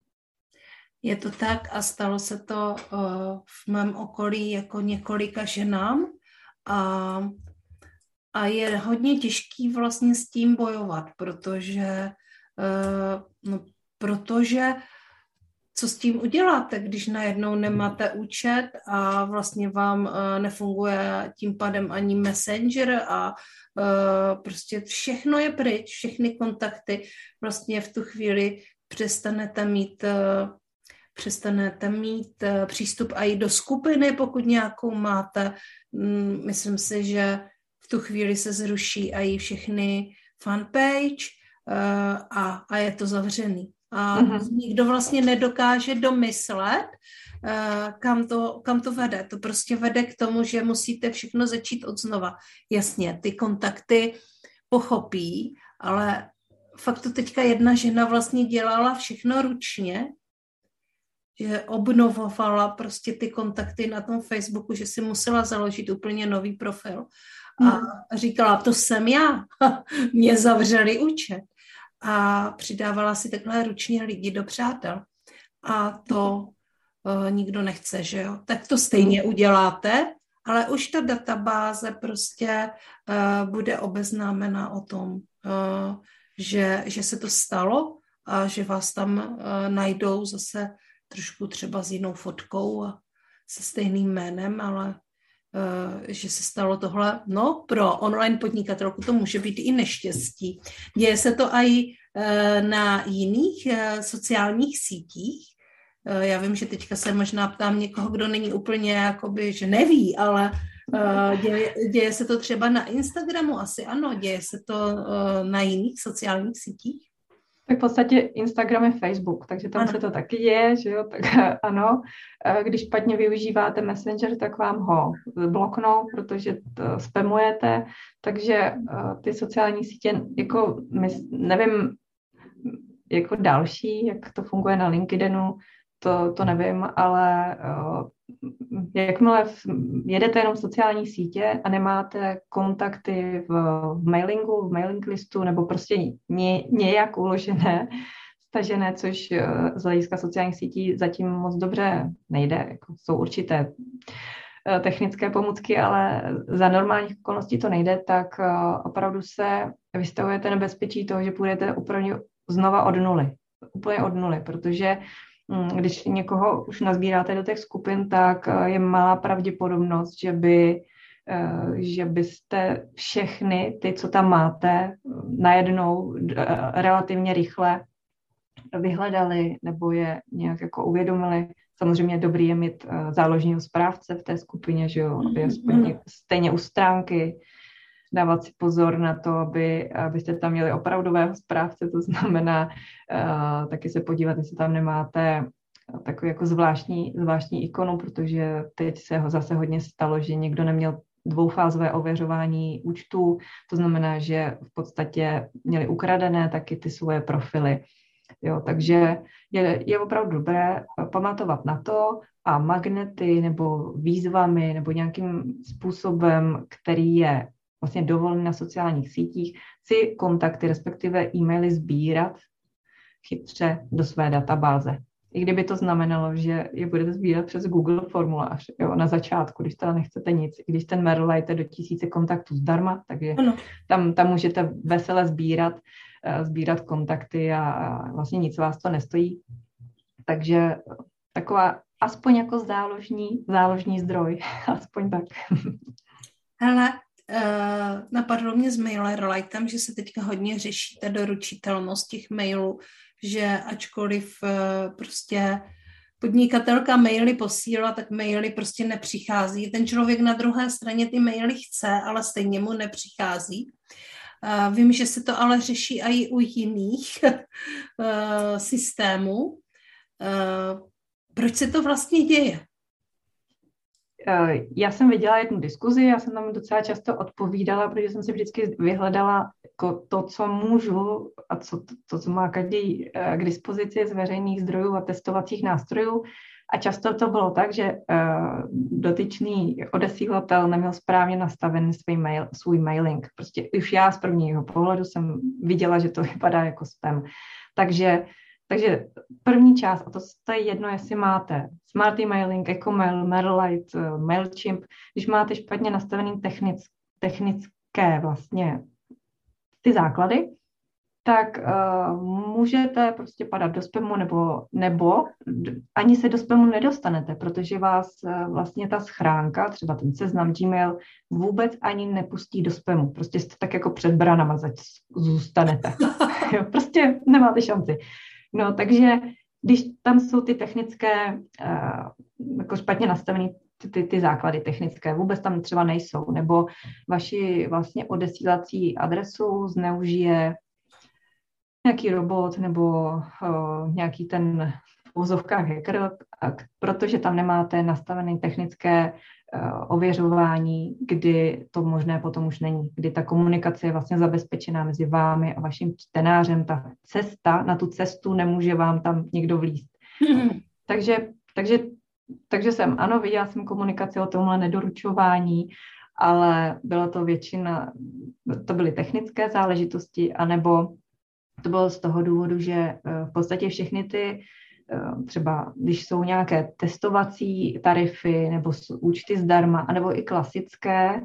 Je to tak a stalo se to uh, v mém okolí jako několika ženám a, a je hodně těžký vlastně s tím bojovat, protože, uh, no, protože co s tím uděláte, když najednou nemáte účet a vlastně vám uh, nefunguje tím pádem ani Messenger a uh, prostě všechno je pryč, všechny kontakty vlastně v tu chvíli přestanete mít uh, přestanete mít uh, přístup i do skupiny, pokud nějakou máte. Mm, myslím si, že v tu chvíli se zruší i všechny fanpage uh, a, a je to zavřený. A uh-huh. nikdo vlastně nedokáže domyslet, uh, kam, to, kam to vede. To prostě vede k tomu, že musíte všechno začít od znova. Jasně, ty kontakty pochopí, ale fakt to teďka jedna žena vlastně dělala všechno ručně, že obnovovala prostě ty kontakty na tom Facebooku, že si musela založit úplně nový profil. A hmm. říkala, to jsem já, mě zavřeli účet. A přidávala si takhle ručně lidi do přátel. A to uh, nikdo nechce, že jo? Tak to stejně uděláte, ale už ta databáze prostě uh, bude obeznámena o tom, uh, že, že se to stalo a že vás tam uh, najdou zase trošku třeba s jinou fotkou a se stejným jménem, ale uh, že se stalo tohle. No, pro online podnikatelku to může být i neštěstí. Děje se to i uh, na jiných uh, sociálních sítích. Uh, já vím, že teďka se možná ptám někoho, kdo není úplně, jakoby, že neví, ale uh, děje, děje se to třeba na Instagramu, asi ano, děje se to uh, na jiných sociálních sítích. Tak v podstatě Instagram je Facebook, takže tam ano. se to taky děje, že jo, tak ano. Když špatně využíváte Messenger, tak vám ho bloknou, protože to spamujete, takže ty sociální sítě, jako nevím, jako další, jak to funguje na LinkedInu, to, to nevím, ale jakmile jedete jenom sociální sítě a nemáte kontakty v, v mailingu, v mailing listu nebo prostě ně, nějak uložené, stažené, což z hlediska sociálních sítí zatím moc dobře nejde. Jako jsou určité technické pomůcky, ale za normálních okolností to nejde, tak opravdu se vystavujete nebezpečí toho, že půjdete opravdu znova od nuly. Úplně od nuly, protože když někoho už nazbíráte do těch skupin, tak je malá pravděpodobnost, že by, že byste všechny ty, co tam máte, najednou relativně rychle vyhledali nebo je nějak jako uvědomili. Samozřejmě dobrý je mít záložního správce v té skupině, že jo, aby aspoň stejně u stránky dávat si pozor na to, aby, abyste tam měli opravdového správce, to znamená uh, taky se podívat, jestli tam nemáte takový jako zvláštní, zvláštní ikonu, protože teď se ho zase hodně stalo, že někdo neměl dvoufázové ověřování účtů, to znamená, že v podstatě měli ukradené taky ty svoje profily. Jo, takže je, je opravdu dobré pamatovat na to a magnety nebo výzvami nebo nějakým způsobem, který je vlastně dovolený na sociálních sítích, si kontakty, respektive e-maily sbírat chytře do své databáze. I kdyby to znamenalo, že je budete sbírat přes Google formulář, jo, na začátku, když teda nechcete nic, když ten mail lejte do tisíce kontaktů zdarma, takže tam, tam můžete vesele sbírat, sbírat kontakty a, a vlastně nic vás to nestojí. Takže taková aspoň jako záložní, záložní zdroj, aspoň tak. Hele, Uh, napadlo mě s MailerLitem, že se teďka hodně řeší ta doručitelnost těch mailů, že ačkoliv uh, prostě podnikatelka maily posílá, tak maily prostě nepřichází. Ten člověk na druhé straně ty maily chce, ale stejně mu nepřichází. Uh, vím, že se to ale řeší i u jiných uh, systémů. Uh, proč se to vlastně děje? Já jsem viděla jednu diskuzi, já jsem tam docela často odpovídala, protože jsem si vždycky vyhledala jako to, co můžu a co, to, co má každý k dispozici z veřejných zdrojů a testovacích nástrojů. A často to bylo tak, že uh, dotyčný odesílatel neměl správně nastavený svůj, mail, svůj mailing. Prostě už já z prvního pohledu jsem viděla, že to vypadá jako spam. Takže, takže první část, a to, to je jedno, jestli máte Smart Emailing, EcoMail, MailerLite, uh, MailChimp, když máte špatně nastavený technic, technické vlastně ty základy, tak uh, můžete prostě padat do spamu, nebo, nebo ani se do spamu nedostanete, protože vás uh, vlastně ta schránka, třeba ten seznam Gmail, vůbec ani nepustí do spamu. Prostě jste tak jako před branama zůstanete. Jo, prostě nemáte šanci. No, takže když tam jsou ty technické, uh, jako špatně nastavené ty, ty, ty základy technické, vůbec tam třeba nejsou, nebo vaši vlastně odesílací adresu zneužije nějaký robot nebo uh, nějaký ten v úzovkách hacker, protože tam nemáte nastavené technické uh, ověřování, kdy to možné potom už není, kdy ta komunikace je vlastně zabezpečená mezi vámi a vaším čtenářem. Ta cesta, na tu cestu nemůže vám tam někdo vlízt. Mm-hmm. Takže, takže, takže jsem, ano, viděla jsem komunikaci o tomhle nedoručování, ale byla to většina, to byly technické záležitosti, anebo to bylo z toho důvodu, že v podstatě všechny ty, třeba když jsou nějaké testovací tarify nebo účty zdarma, anebo i klasické,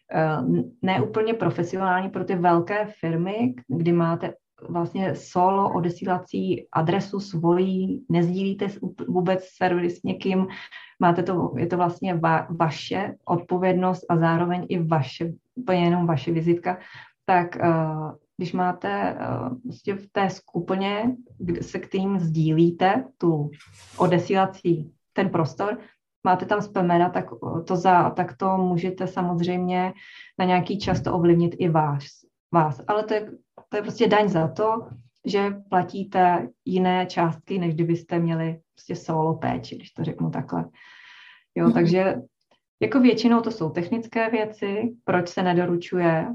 neúplně profesionální pro ty velké firmy, kdy máte vlastně solo odesílací adresu svojí, nezdílíte vůbec servery s někým, máte to, je to vlastně va, vaše odpovědnost a zároveň i vaše, úplně jenom vaše vizitka, tak když máte vlastně v té skupině, se kterým sdílíte tu odesílací ten prostor, máte tam spamera, tak to, za, tak to můžete samozřejmě na nějaký čas to ovlivnit i vás. vás. Ale to je, to je prostě daň za to, že platíte jiné částky, než kdybyste měli prostě solo péči, když to řeknu takhle. Jo, mm-hmm. Takže jako většinou to jsou technické věci, proč se nedoručuje,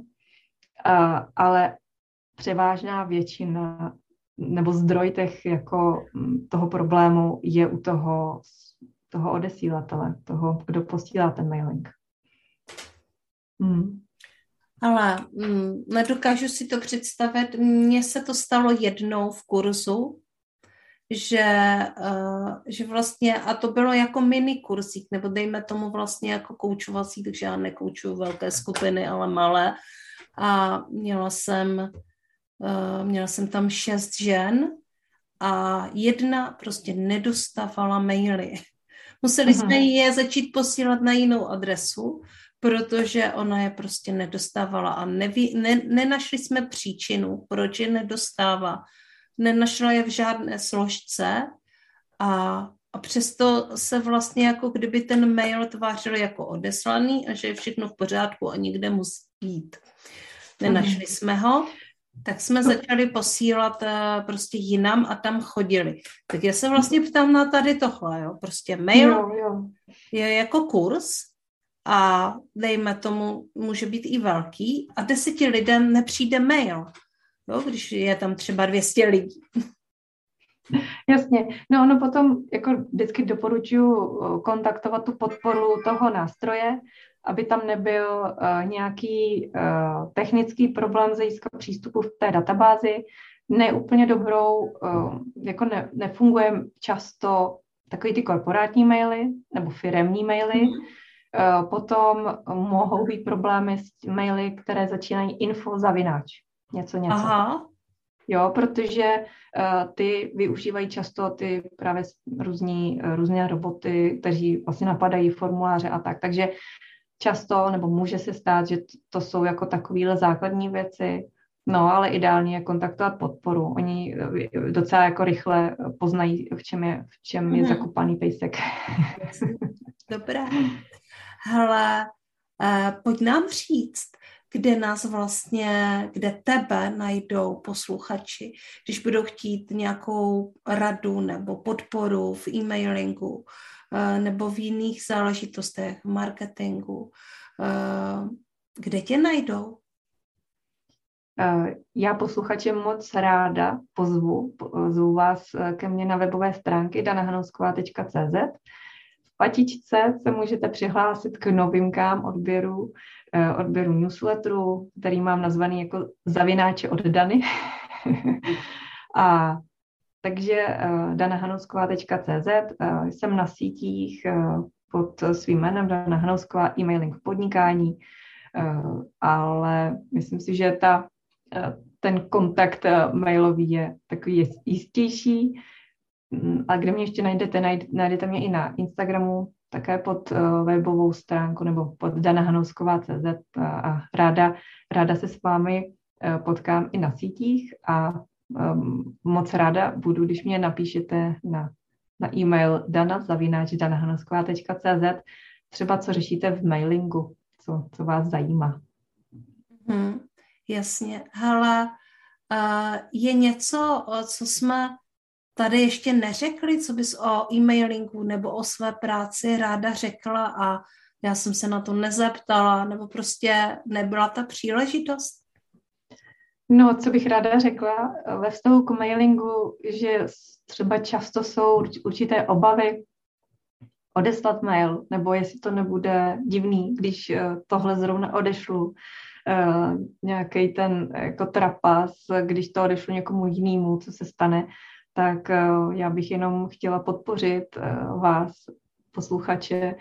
a, ale převážná většina nebo zdroj těch jako toho problému je u toho, toho odesílatele, toho, kdo posílá ten mailing. Hmm. Ale mm, nedokážu si to představit. Mně se to stalo jednou v kurzu, že, uh, že vlastně, a to bylo jako mini kurzík, nebo dejme tomu vlastně jako koučovací, takže já nekoučuju velké skupiny, ale malé. A měla jsem Uh, měla jsem tam šest žen a jedna prostě nedostávala maily. Museli jsme je začít posílat na jinou adresu, protože ona je prostě nedostávala a neví, ne, nenašli jsme příčinu, proč je nedostává. Nenašla je v žádné složce a, a přesto se vlastně jako kdyby ten mail tvářil jako odeslaný a že je všechno v pořádku a nikde musí jít. Nenašli jsme ho. Tak jsme začali posílat uh, prostě jinam a tam chodili. Tak já se vlastně ptám na tady tohle, jo. Prostě mail jo, jo. je jako kurz a dejme tomu, může být i velký a deseti lidem nepřijde mail, jo, když je tam třeba dvě stě lidí. Jasně. No ono potom jako vždycky doporučuji kontaktovat tu podporu toho nástroje, aby tam nebyl uh, nějaký uh, technický problém z hlediska přístupu v té databázi. Neúplně dobrou, uh, jako ne, nefunguje často takový ty korporátní maily nebo firemní maily. Uh, potom mohou být problémy s maily, které začínají info zavináč. Něco, něco. Aha. Jo, protože uh, ty využívají často ty právě různí, různé roboty, kteří vlastně napadají formuláře a tak. Takže často, nebo může se stát, že to jsou jako takovéhle základní věci, no, ale ideálně je kontaktovat podporu. Oni docela jako rychle poznají, v čem je, v čem je mm. zakopaný pejsek. Dobrá. Hele, uh, pojď nám říct, kde nás vlastně, kde tebe najdou posluchači, když budou chtít nějakou radu nebo podporu v e-mailingu, nebo v jiných záležitostech, v marketingu. Kde tě najdou? Já posluchače moc ráda pozvu, zvu vás ke mně na webové stránky dana hanousková tečka cé zet. V patičce se můžete přihlásit k novinkám odběru, odběru newsletteru, který mám nazvaný jako Zavináče od Dany. A takže dana hanousková tečka cé zet, jsem na sítích pod svým jménem Dana Hanousková, e-mailing v podnikání, ale myslím si, že ta, ten kontakt mailový je takový jistější. A kde mě ještě najdete, najdete mě i na Instagramu, také pod webovou stránku nebo pod dana hanousková tečka cé zet a ráda, ráda se s vámi potkám i na sítích a um, moc ráda budu, když mě napíšete na, na e-mail dana zavináč dana hanousková tečka cé zet, třeba co řešíte v mailingu, co, co vás zajímá. Hmm, jasně. Hele, uh, je něco, co jsme tady ještě neřekli, co bys o e-mailingu nebo o své práci ráda řekla a já jsem se na to nezeptala, nebo prostě nebyla ta příležitost? No, co bych ráda řekla ve vztahu k mailingu, že třeba často jsou určité obavy odeslat mail, nebo jestli to nebude divný, když tohle zrovna odešlu, uh, nějaký ten jako trapas, když to odešlu někomu jinému, co se stane, tak uh, já bych jenom chtěla podpořit uh, vás, posluchače,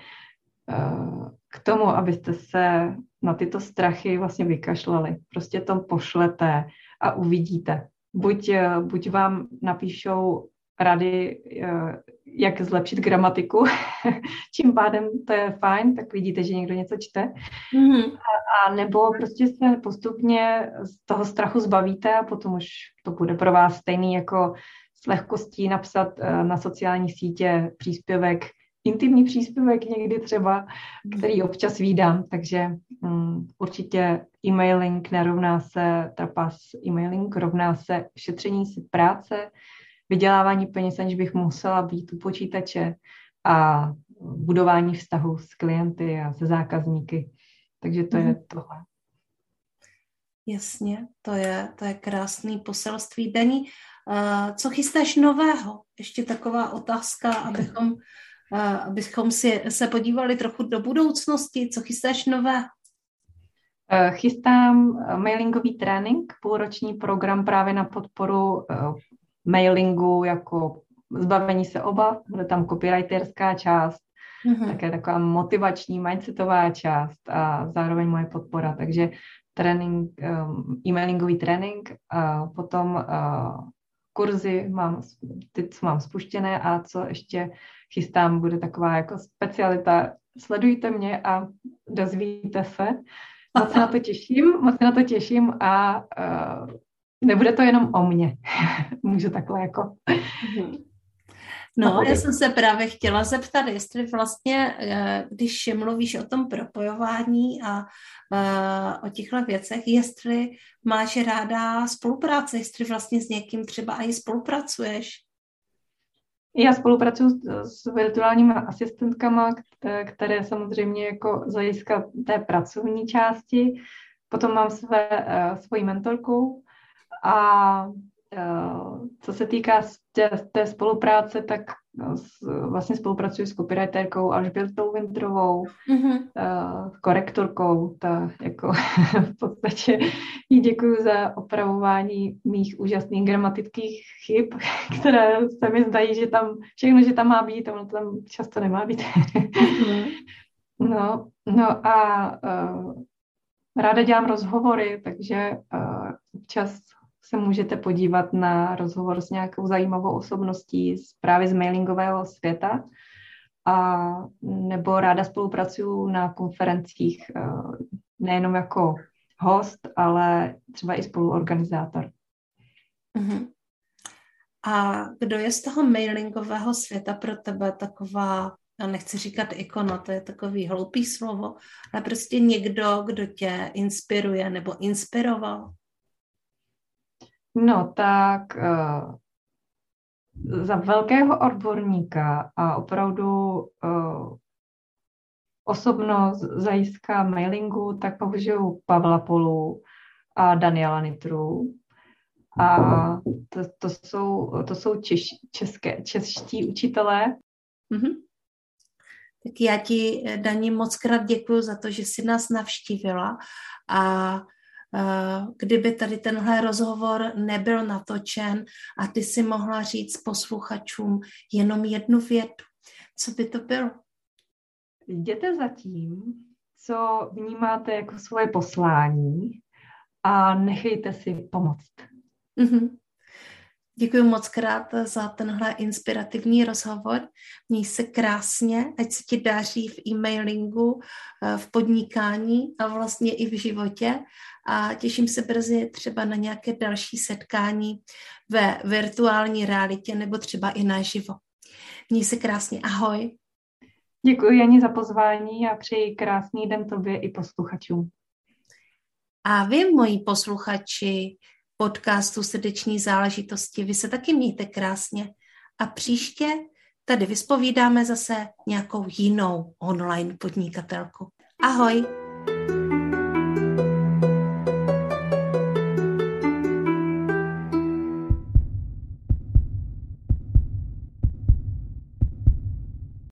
uh, k tomu, abyste se na tyto strachy vlastně vykašlali. Prostě to pošlete a uvidíte. Buď, buď vám napíšou rady, jak zlepšit gramatiku, čím pádem to je fajn, tak vidíte, že někdo něco čte. Mm-hmm. A, a nebo prostě se postupně z toho strachu zbavíte a potom už to bude pro vás stejný jako s lehkostí napsat na sociální sítě příspěvek, intimní příspěvek někdy třeba, který občas vídám, takže um, určitě e-mailing nerovná se trapas, e-mailing rovná se šetření si práce, vydělávání peněz, aniž bych musela být u počítače a budování vztahu s klienty a se zákazníky. Takže to mm. je tohle. Jasně, to je, to je krásný poselství. Dani, uh, co chystáš nového? Ještě taková otázka, abychom Uh, abychom si se podívali trochu do budoucnosti. Co chystáš nové? Uh, chystám mailingový trénink, půlroční program právě na podporu uh, mailingu, jako zbavení se obav. Bude tam copywriterská část, mm-hmm. také taková motivační, mindsetová část a zároveň moje podpora. Takže trénink, um, e-mailingový trénink a potom uh, kurzy mám, ty, co mám spuštěné a co ještě chystám, bude taková jako specialita. Sledujte mě a dozvíte se. Moc se na to těším, moc se na to těším a uh, nebude to jenom o mně. Můžu takhle jako... No, já jsem se právě chtěla zeptat, jestli vlastně, když mluvíš o tom propojování a uh, o těchto věcech, jestli máš ráda spolupráce, jestli vlastně s někým třeba i spolupracuješ. Já spolupracuji s, s virtuálními asistentkama, které samozřejmě jako z hlediska té pracovní části. Potom mám své, svoji mentorku a co se týká té, té spolupráce, tak vlastně spolupracuji s copywriterkou Alžbětou Vintrovou, mm-hmm. korektorkou, ta jako v podstatě jí děkuju za opravování mých úžasných gramatických chyb, které se mi zdají, že tam všechno, že tam má být, a ono to tam často nemá být. Mm-hmm. no, no a uh, ráda dělám rozhovory, takže uh, občas se můžete podívat na rozhovor s nějakou zajímavou osobností z, právě z mailingového světa a nebo ráda spolupracuju na konferencích nejenom jako host, ale třeba i spoluorganizátor. Uh-huh. A kdo je z toho mailingového světa pro tebe taková, já nechci říkat ikona, to je takový hloupý slovo, ale prostě někdo, kdo tě inspiruje nebo inspiroval? No tak uh, za velkého odborníka a opravdu uh, osobnost z hlediska mailingu, tak považuji Pavla Polu, a Daniela Nitru. A to, to jsou, to jsou češ, české, čeští učitelé. Mm-hmm. Tak já ti, Dani, moc krát děkuju za to, že jsi nás navštívila a uh, kdyby tady tenhle rozhovor nebyl natočen a ty si mohla říct posluchačům jenom jednu větu, co by to bylo? Jděte za tím, co vnímáte jako svoje poslání a nechejte si pomoct. Mm-hmm. Děkuji moc krát za tenhle inspirativní rozhovor. Měj se krásně, ať se ti daří v e-mailingu, v podnikání a vlastně i v životě. A těším se brzy třeba na nějaké další setkání ve virtuální realitě nebo třeba i naživo. Měj se krásně, ahoj. Děkuji, Jani, za pozvání a přeji krásný den tobě i posluchačům. A vy, moji posluchači podcastu Srdeční záležitosti, vy se taky mějte krásně a příště tady vyspovídáme zase nějakou jinou online podnikatelku. Ahoj!